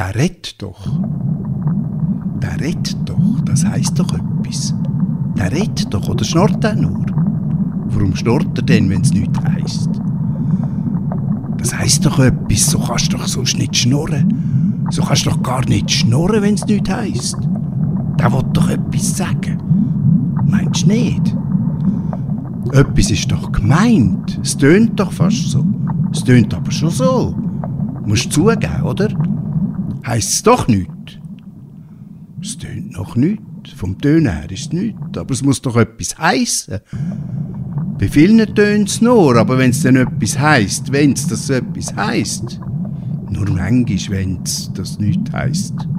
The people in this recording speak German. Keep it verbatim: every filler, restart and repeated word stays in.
der redet doch. Der redet doch, das heisst doch etwas. Der redet doch, oder schnurrt er nur? Warum schnurrt er denn, wenn es nichts heisst? Das heisst doch etwas, so kannst du doch sonst nicht schnurren. So kannst du doch gar nicht schnurren, wenn es nichts heisst. Der will doch etwas sagen. Meinst du nicht? Etwas ist doch gemeint. Es tönt doch fast so. Es tönt aber schon so. Musst du zugeben, oder? Heisst es doch nichts? Es tönt noch nichts. Vom Tönen her ist es nichts. Aber es muss doch etwas heissen. Bei vielen tönt es nur, aber wenn es dann etwas heisst, wenn es das etwas heisst. Nur manchmal, wenn es das nichts heisst.